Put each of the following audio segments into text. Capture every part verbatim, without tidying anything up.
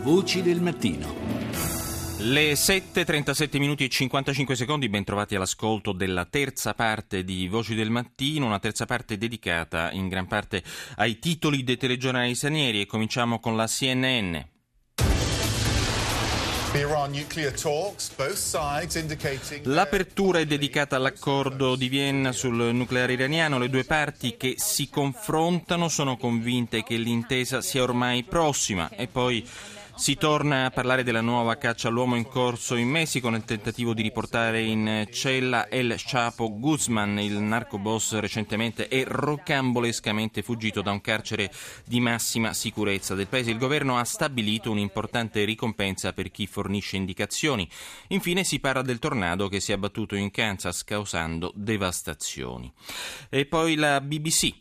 Voci del mattino. Le sette e trentasette minuti e cinquantacinque secondi, ben trovati all'ascolto della terza parte di Voci del Mattino, una terza parte dedicata in gran parte ai titoli dei telegiornali stranieri, e cominciamo con la C N N. L'apertura è dedicata all'accordo di Vienna sul nucleare iraniano. Le due parti che si confrontano sono convinte che l'intesa sia ormai prossima, e poi si torna a parlare della nuova caccia all'uomo in corso in Messico nel tentativo di riportare in cella El Chapo Guzman, il narcoboss recentemente e rocambolescamente fuggito da un carcere di massima sicurezza del paese. Il governo ha stabilito un'importante ricompensa per chi fornisce indicazioni. Infine si parla del tornado che si è abbattuto in Kansas causando devastazioni. E poi la B B C.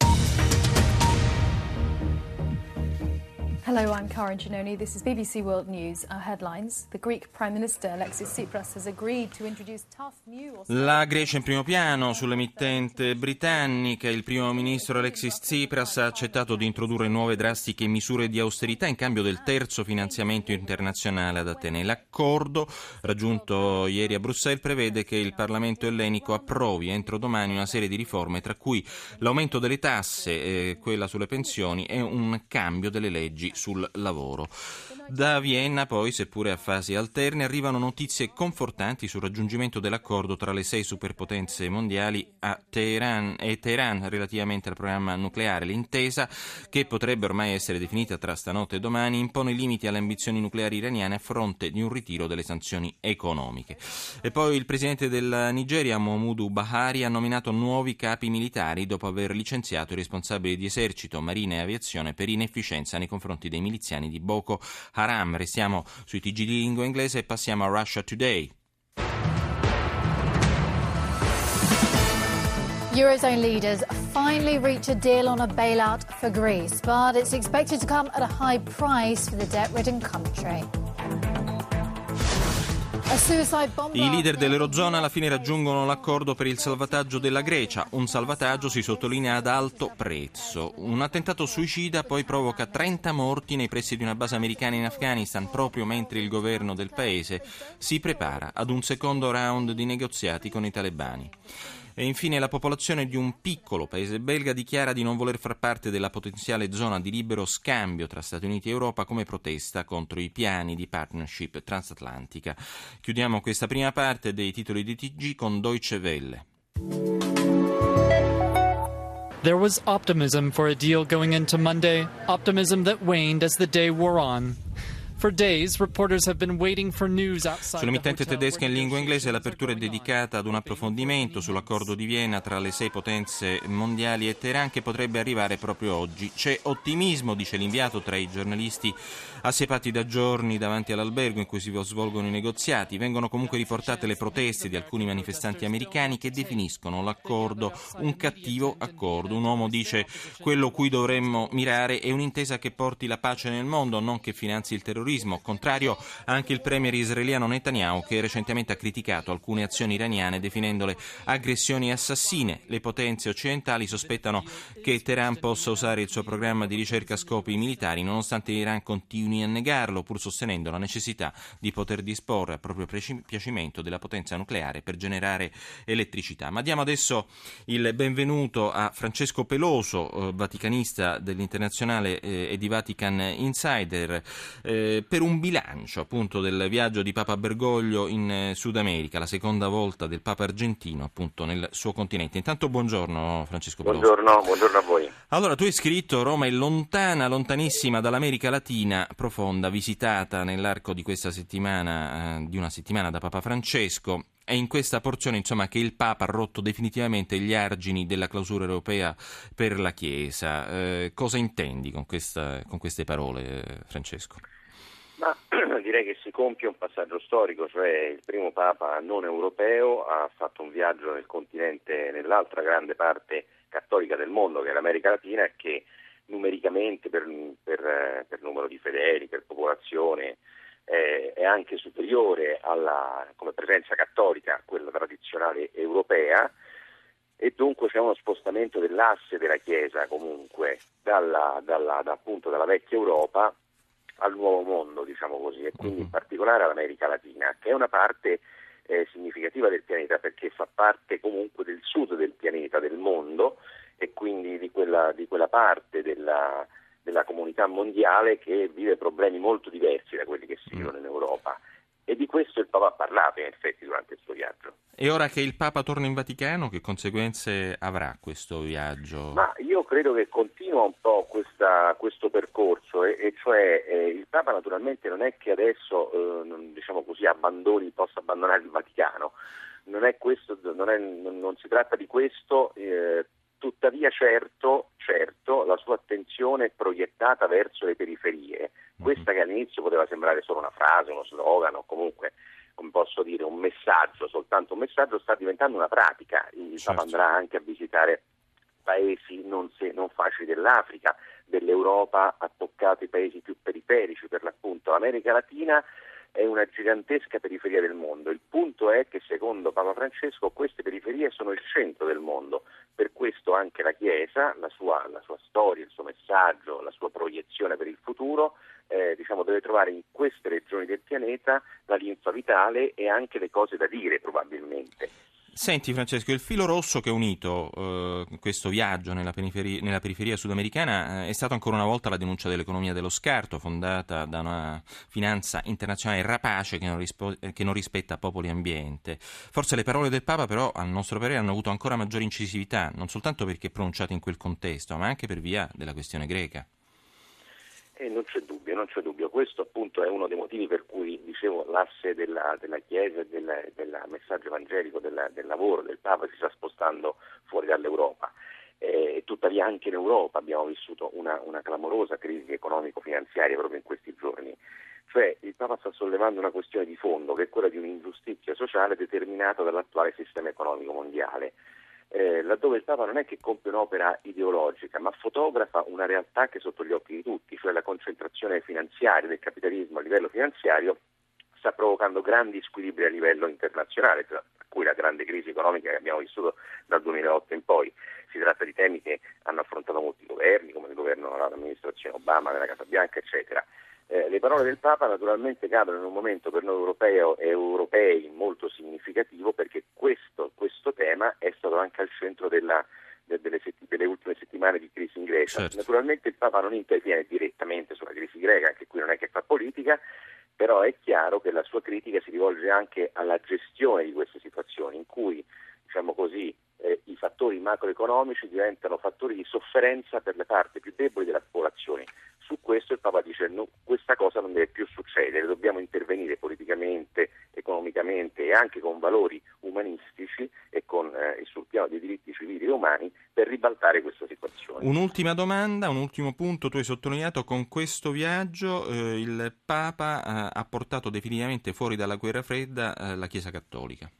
Hello, I'm Karen Giannoni. This is B B C World News. Our headlines. The Greek Prime Minister Alexis Tsipras has agreed to introduce tough new... La Grecia in primo piano sull'emittente britannica. Il primo ministro Alexis Tsipras ha accettato di introdurre nuove drastiche misure di austerità in cambio del terzo finanziamento internazionale ad Atene. L'accordo raggiunto ieri a Bruxelles prevede che il Parlamento ellenico approvi entro domani una serie di riforme, tra cui l'aumento delle tasse, eh, quella sulle pensioni e un cambio delle leggi sul lavoro. Da Vienna poi, seppure a fasi alterne, arrivano notizie confortanti sul raggiungimento dell'accordo tra le sei superpotenze mondiali a Teheran e Teheran relativamente al programma nucleare. L'intesa, che potrebbe ormai essere definita tra stanotte e domani, impone limiti alle ambizioni nucleari iraniane a fronte di un ritiro delle sanzioni economiche. E poi il presidente della Nigeria, Muhammadu Buhari, ha nominato nuovi capi militari dopo aver licenziato i responsabili di esercito, marina e aviazione per inefficienza nei confronti dei miliziani di Boko Haram. Restiamo sui T G di lingua inglese e passiamo a Russia Today. Eurozone leaders finally reach a deal on a bailout for Greece, but it's expected to come at a high price for the debt-ridden country. I leader dell'Eurozona alla fine raggiungono l'accordo per il salvataggio della Grecia, un salvataggio, si sottolinea, ad alto prezzo. Un attentato suicida poi provoca trenta morti nei pressi di una base americana in Afghanistan, proprio mentre il governo del paese si prepara ad un secondo round di negoziati con i talebani. E infine la popolazione di un piccolo paese belga dichiara di non voler far parte della potenziale zona di libero scambio tra Stati Uniti e Europa come protesta contro i piani di partnership transatlantica. Chiudiamo questa prima parte dei titoli di T G con Deutsche Welle. There was optimism for a deal going into Monday, optimism that waned as the day wore on. For days, reporters have been waiting for news outside Sull'emittente tedesca in lingua inglese l'apertura è dedicata ad un approfondimento sull'accordo di Vienna tra le sei potenze mondiali e Teheran, che potrebbe arrivare proprio oggi. C'è ottimismo, dice l'inviato, tra i giornalisti assiepati da giorni davanti all'albergo in cui si svolgono i negoziati. Vengono comunque riportate le proteste di alcuni manifestanti americani che definiscono l'accordo un cattivo accordo. Un uomo dice: quello cui dovremmo mirare è un'intesa che porti la pace nel mondo, non che finanzi il terrorismo. Contrario anche il premier israeliano Netanyahu, che recentemente ha criticato alcune azioni iraniane definendole aggressioni assassine. Le potenze occidentali sospettano che Teheran possa usare il suo programma di ricerca a scopi militari, nonostante l'Iran continui a negarlo, pur sostenendo la necessità di poter disporre a proprio piacimento della potenza nucleare per generare elettricità. Ma diamo adesso il benvenuto a Francesco Peloso, vaticanista dell'Internazionale e di Vatican Insider, eh, per un bilancio appunto del viaggio di Papa Bergoglio in Sud America, la seconda volta del Papa argentino appunto nel suo continente. Intanto buongiorno Francesco Peloso. Buongiorno, buongiorno a voi. Allora, tu hai scritto: Roma è lontana, lontanissima dall'America Latina profonda, visitata nell'arco di questa settimana, eh, di una settimana da Papa Francesco. È in questa porzione, insomma, che il Papa ha rotto definitivamente gli argini della clausura europea per la Chiesa. Eh, cosa intendi con, questa, con queste parole, eh, Francesco? Ma direi che si compie un passaggio storico, cioè il primo Papa non europeo ha fatto un viaggio nel continente, nell'altra grande parte cattolica del mondo, che è l'America Latina, e che numericamente per, per, per numero di fedeli, per popolazione, eh, è anche superiore alla, come presenza cattolica, a quella tradizionale europea, e dunque c'è uno spostamento dell'asse della Chiesa comunque dalla, dalla, da, appunto, dalla vecchia Europa al nuovo mondo, diciamo così, e quindi in particolare all'America Latina, che è una parte eh, significativa del pianeta perché fa parte comunque del sud del pianeta, del mondo, e quindi di quella, di quella parte della, della comunità mondiale che vive problemi molto diversi da quelli che si vivono in Europa. E di questo il Papa ha parlato in effetti durante il suo viaggio. E ora che il Papa torna in Vaticano, che conseguenze avrà questo viaggio? Ma io credo che continua un po' questa, questo percorso, e, e cioè eh, il Papa naturalmente non è che adesso eh, non, diciamo così abbandoni, possa abbandonare il Vaticano, non è questo, non, è, non, non si tratta di questo. Eh, Tuttavia certo, certo la sua attenzione è proiettata verso le periferie, questa che all'inizio poteva sembrare solo una frase, uno slogan o comunque, come posso dire, un messaggio, soltanto un messaggio, sta diventando una pratica. Il certo. Papa andrà anche a visitare paesi non, se, non facili dell'Africa, dell'Europa, ha toccato i paesi più periferici per l'appunto. L'America Latina è una gigantesca periferia del mondo. Il punto è che secondo Papa Francesco queste periferie sono il centro del mondo, per questo anche la Chiesa, la sua, la sua storia, il suo messaggio, la sua proiezione per il futuro eh, diciamo deve trovare in queste regioni del pianeta la linfa vitale e anche le cose da dire probabilmente. Senti Francesco, il filo rosso che ha unito eh, questo viaggio nella periferia, nella periferia sudamericana eh, è stato ancora una volta la denuncia dell'economia dello scarto, fondata da una finanza internazionale rapace che non, rispo- che non rispetta popoli e ambiente. Forse le parole del Papa però, a nostro parere, hanno avuto ancora maggiore incisività, non soltanto perché pronunciate in quel contesto, ma anche per via della questione greca. Eh, non c'è dubbio, non c'è dubbio. Questo appunto è uno dei motivi per cui, dicevo, l'asse della, della Chiesa e del, del messaggio evangelico, della, del lavoro del Papa si sta spostando fuori dall'Europa. Eh, tuttavia anche in Europa abbiamo vissuto una, una clamorosa crisi economico-finanziaria proprio in questi giorni. Cioè il Papa sta sollevando una questione di fondo che è quella di un'ingiustizia sociale determinata dall'attuale sistema economico mondiale. Eh, laddove il Papa non è che compie un'opera ideologica, ma fotografa una realtà che è sotto gli occhi di tutti, cioè la concentrazione finanziaria del capitalismo a livello finanziario sta provocando grandi squilibri a livello internazionale, tra cui la grande crisi economica che abbiamo vissuto dal duemilaotto in poi. Si tratta di temi che hanno affrontato molti governi, come il governo dell'amministrazione Obama, della Casa Bianca, eccetera. Eh, le parole del Papa naturalmente cadono in un momento per noi europeo e europei molto significativo, perché questo, questo tema è stato anche al centro della, de, delle, setti, delle ultime settimane di crisi in Grecia. Certo. Naturalmente il Papa non interviene direttamente sulla crisi greca, anche qui non è che fa politica, però è chiaro che la sua critica si rivolge anche alla gestione di queste situazioni in cui, diciamo così, eh, i fattori macroeconomici diventano fattori di sofferenza per le parti più deboli della popolazione. Su questo il Papa dice no, questa cosa non deve più succedere, dobbiamo intervenire politicamente, economicamente e anche con valori umanistici e con eh, sul piano dei diritti civili e umani per ribaltare questa situazione. Un'ultima domanda, un ultimo punto. Tu hai sottolineato con questo viaggio eh, il Papa eh, ha portato definitivamente fuori dalla guerra fredda eh, la Chiesa Cattolica.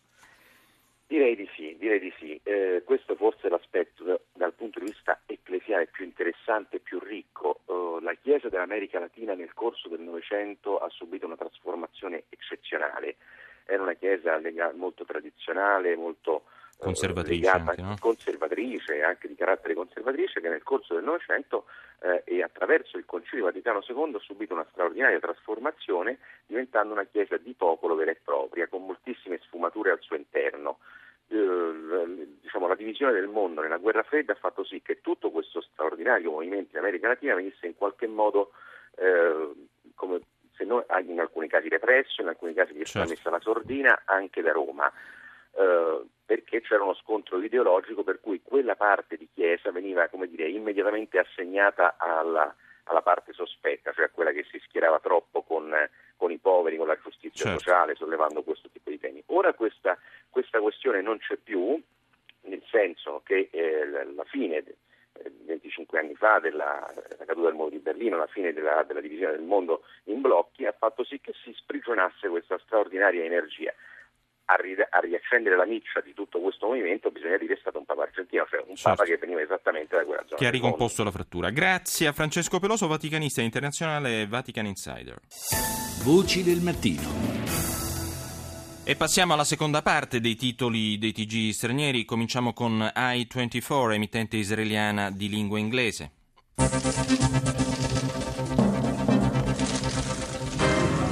Direi di sì, direi di sì. Eh, questo forse è l'aspetto da, dal punto di vista ecclesiale più interessante e più ricco. Uh, la Chiesa dell'America Latina nel corso del Novecento ha subito una trasformazione eccezionale. Era una Chiesa lega- molto tradizionale, molto uh, conservatrice, legata, anche, no? conservatrice, anche di carattere conservatrice, che nel corso del Novecento eh, e attraverso il Concilio Vaticano secondo ha subito una straordinaria trasformazione, diventando una Chiesa di popolo vera e propria, con moltissime sfumature al suo interno. Eh, diciamo, la divisione del mondo nella guerra fredda ha fatto sì che tutto questo straordinario movimento in America Latina venisse in qualche modo eh, come se non in alcuni casi represso, in alcuni casi gli è stata certo. messa la sordina anche da Roma, eh, perché c'era uno scontro ideologico per cui quella parte di Chiesa veniva, come dire, immediatamente assegnata alla, alla parte sospetta, cioè a quella che si schierava troppo con, con i poveri, con la giustizia certo. sociale, sollevando questo tipo di temi. Ora questa, questa questione non c'è più, nel senso che eh, la fine, eh, venticinque anni fa, della la caduta del muro di Berlino, la fine della, della divisione del mondo in blocchi, ha fatto sì che si sprigionasse questa straordinaria energia. A, ri- a riaccendere la miccia di tutto questo movimento bisogna dire è stato un Papa argentino, cioè un certo. Papa che veniva esattamente da quella zona. Che ha ricomposto la frattura. Grazie a Francesco Peloso, vaticanista internazionale, Vatican Insider. Voci del mattino. E passiamo alla seconda parte dei titoli dei T G stranieri. Cominciamo con I ventiquattro, emittente israeliana di lingua inglese.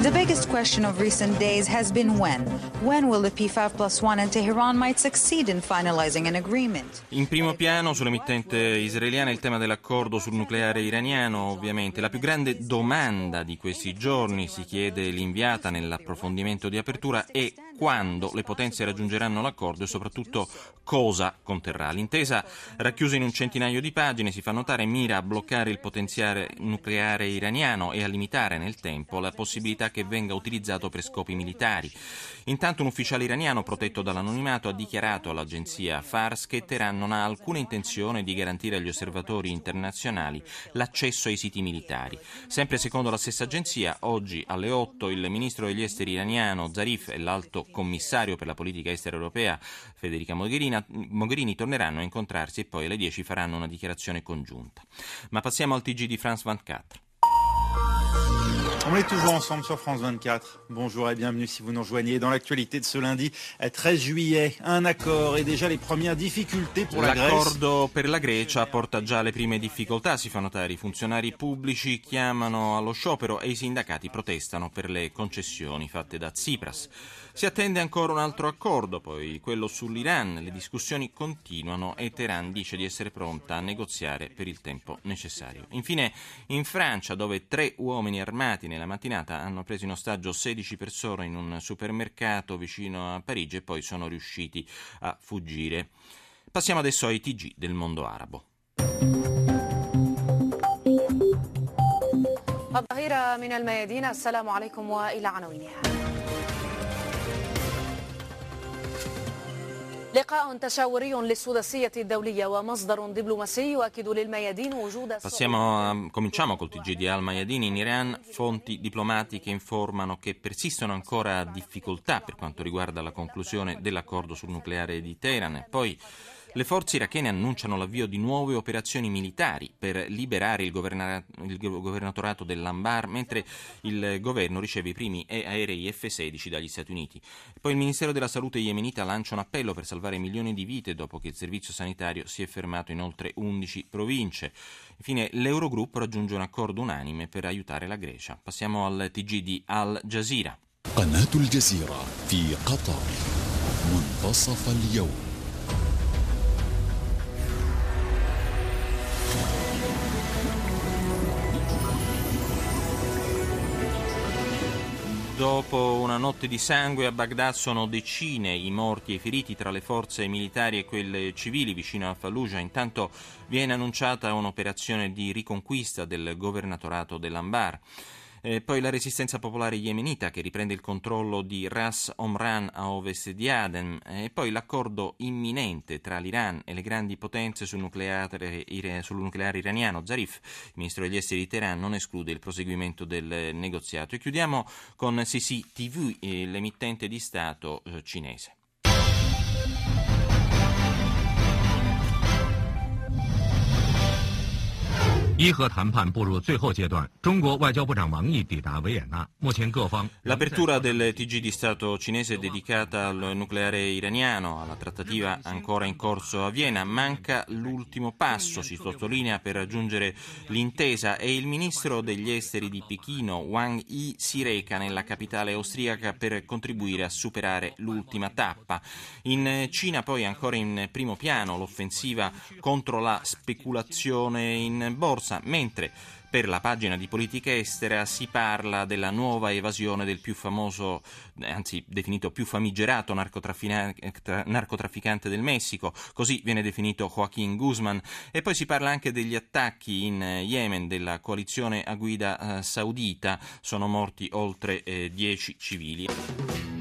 The biggest question of recent days has been when. When will the P five plus one and Tehran might succeed in finalizing an agreement? In primo piano sull'emittente israeliana il tema dell'accordo sul nucleare iraniano, ovviamente. La più grande domanda di questi giorni, si chiede l'inviata nell'approfondimento di apertura, è quando le potenze raggiungeranno l'accordo e soprattutto cosa conterrà. L'intesa, racchiusa in un centinaio di pagine, si fa notare, mira a bloccare il potenziale nucleare iraniano e a limitare nel tempo la possibilità che venga utilizzato per scopi militari. Intanto un ufficiale iraniano protetto dall'anonimato ha dichiarato all'agenzia Fars che Teheran non ha alcuna intenzione di garantire agli osservatori internazionali l'accesso ai siti militari. Sempre secondo la stessa agenzia, oggi alle otto il ministro degli esteri iraniano Zarif e l'alto commissario per la politica estera europea Federica Mogherini, Mogherini torneranno a incontrarsi e poi alle dieci faranno una dichiarazione congiunta. Ma passiamo al T G di France ventiquattro. On est toujours ensemble sur France vingt-quatre. Bonjour et bienvenue si vous nous rejoignez. Dans l'actualité de ce lundi treize juillet, un accord et déjà les premières difficultés pour la Grèce. L'accordo per la Grecia porta già le prime difficoltà, si fa notare. I funzionari pubblici chiamano allo sciopero e i sindacati protestano per le concessioni fatte da Tsipras. Si attende ancora un altro accordo, poi quello sull'Iran. Le discussioni continuano e Teheran dice di essere pronta a negoziare per il tempo necessario. Infine, in Francia, dove tre uomini armati nella mattinata hanno preso in ostaggio sedici persone in un supermercato vicino a Parigi e poi sono riusciti a fuggire. Passiamo adesso ai T G del mondo arabo. الظهيرة من الميادين السلام عليكم وإلى عناوينها. Passiamo a, cominciamo col T G di Al Mayadeen. In Iran fonti diplomatiche informano che persistono ancora difficoltà per quanto riguarda la conclusione dell'accordo sul nucleare di Teheran. Poi le forze irachene annunciano l'avvio di nuove operazioni militari per liberare il, governa- il governatorato dell'Anbar, mentre il governo riceve i primi aerei F sedici dagli Stati Uniti. Poi il Ministero della Salute yemenita lancia un appello per salvare milioni di vite dopo che il servizio sanitario si è fermato in oltre undici province. Infine l'Eurogruppo raggiunge un accordo unanime per aiutare la Grecia. Passiamo al T G di Al Jazeera. قناة الجزيرة في قطر منتصف اليوم. Dopo una notte di sangue a Baghdad sono decine i morti e i feriti tra le forze militari e quelle civili vicino a Fallujah. Intanto viene annunciata un'operazione di riconquista del governatorato dell'Anbar. E poi la resistenza popolare yemenita che riprende il controllo di Ras Omran a ovest di Aden, e poi l'accordo imminente tra l'Iran e le grandi potenze sul nucleare, sul nucleare iraniano. Zarif, il ministro degli esteri di Teheran, non esclude il proseguimento del negoziato. E chiudiamo con C C T V, l'emittente di Stato cinese. 伊核谈判步入最后阶段，中国外交部长王毅抵达维也纳。目前各方 L'apertura del T G di Stato cinese è dedicata al nucleare iraniano, alla trattativa ancora in corso a Vienna. Manca l'ultimo passo, si sottolinea, per raggiungere l'intesa, e il ministro degli esteri di Pechino, Wang Yi, si reca nella capitale austriaca per contribuire a superare l'ultima tappa. In Cina poi ancora in primo piano l'offensiva contro la speculazione in borsa, mentre per la pagina di politica estera si parla della nuova evasione del più famoso, anzi definito più famigerato narcotrafficante del Messico, così viene definito Joaquín Guzmán, e poi si parla anche degli attacchi in Yemen della coalizione a guida eh, saudita. Sono morti oltre eh, dieci civili.